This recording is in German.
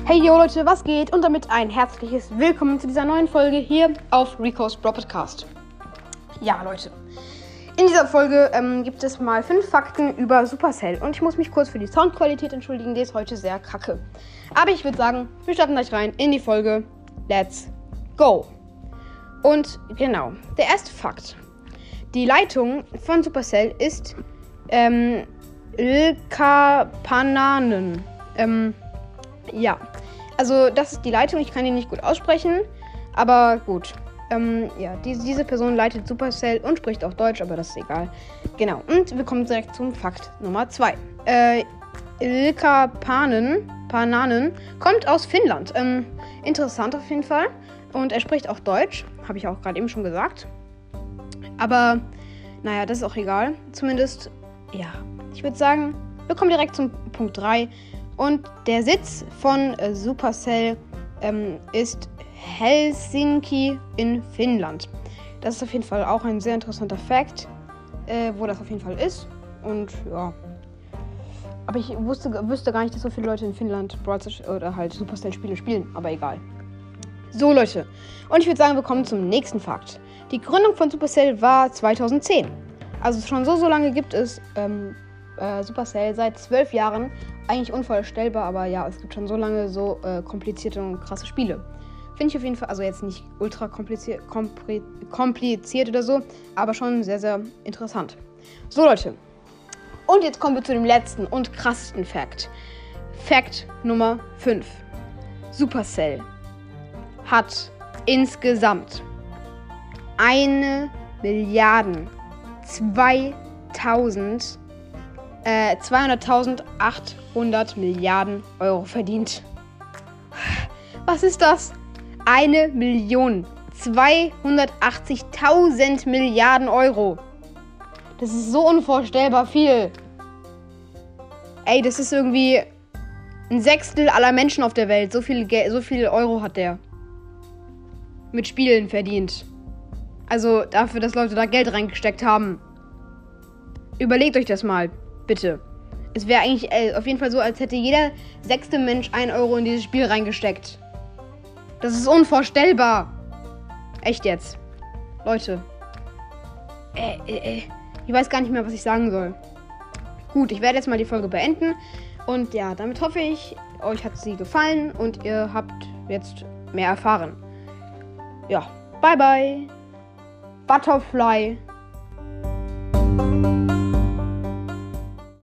Hey yo Leute, was geht? Und damit ein herzliches Willkommen zu dieser neuen Folge hier auf Rico's Brawl Podcast. Ja Leute, in dieser Folge gibt es mal 5 Fakten über Supercell. Und ich muss mich kurz für die Soundqualität entschuldigen, die ist heute sehr kacke. Aber ich würde sagen, wir starten gleich rein in die Folge. Let's go! Und genau, der erste Fakt. Die Leitung von Supercell ist Ilkapananen. Ja, also das ist die Leitung. Ich kann die nicht gut aussprechen, aber gut. Ja, diese Person leitet Supercell und spricht auch Deutsch, aber das ist egal. Genau, und wir kommen direkt zum Fakt Nummer 2. Ilkapananen kommt aus Finnland. Interessant auf jeden Fall. Und er spricht auch Deutsch, habe ich auch gerade eben schon gesagt. Aber, naja, das ist auch egal. Zumindest, ja, ich würde sagen, wir kommen direkt zum Punkt 3. Und der Sitz von Supercell ist Helsinki in Finnland. Das ist auf jeden Fall auch ein sehr interessanter Fakt, wo das auf jeden Fall ist. Und ja, aber ich wüsste gar nicht, dass so viele Leute in Finnland Brawl Stars oder halt Supercell-Spiele spielen. Aber egal. So Leute, und ich würde sagen, wir kommen zum nächsten Fakt. Die Gründung von Supercell war 2010. Also schon so lange gibt es Supercell, seit 12 Jahren. Eigentlich unvorstellbar, aber ja, es gibt schon so lange so komplizierte und krasse Spiele. Finde ich auf jeden Fall, also jetzt nicht ultra kompliziert oder so, aber schon sehr, sehr interessant. So Leute, und jetzt kommen wir zu dem letzten und krassesten Fakt. Fakt Nummer 5. Supercell hat insgesamt 200.800 Milliarden Euro verdient. Was ist das? 1.280.000 Milliarden Euro. Das ist so unvorstellbar viel. Ey, das ist irgendwie ein Sechstel aller Menschen auf der Welt. So viel Euro hat der mit Spielen verdient. Also dafür, dass Leute da Geld reingesteckt haben. Überlegt euch das mal, bitte. Es wäre eigentlich auf jeden Fall so, als hätte jeder 6. Mensch 1 Euro in dieses Spiel reingesteckt. Das ist unvorstellbar. Echt jetzt. Leute. Ich weiß gar nicht mehr, was ich sagen soll. Gut, ich werde jetzt mal die Folge beenden. Und ja, damit hoffe ich, euch hat sie gefallen und ihr habt jetzt mehr erfahren. Ja, bye bye. Butterfly.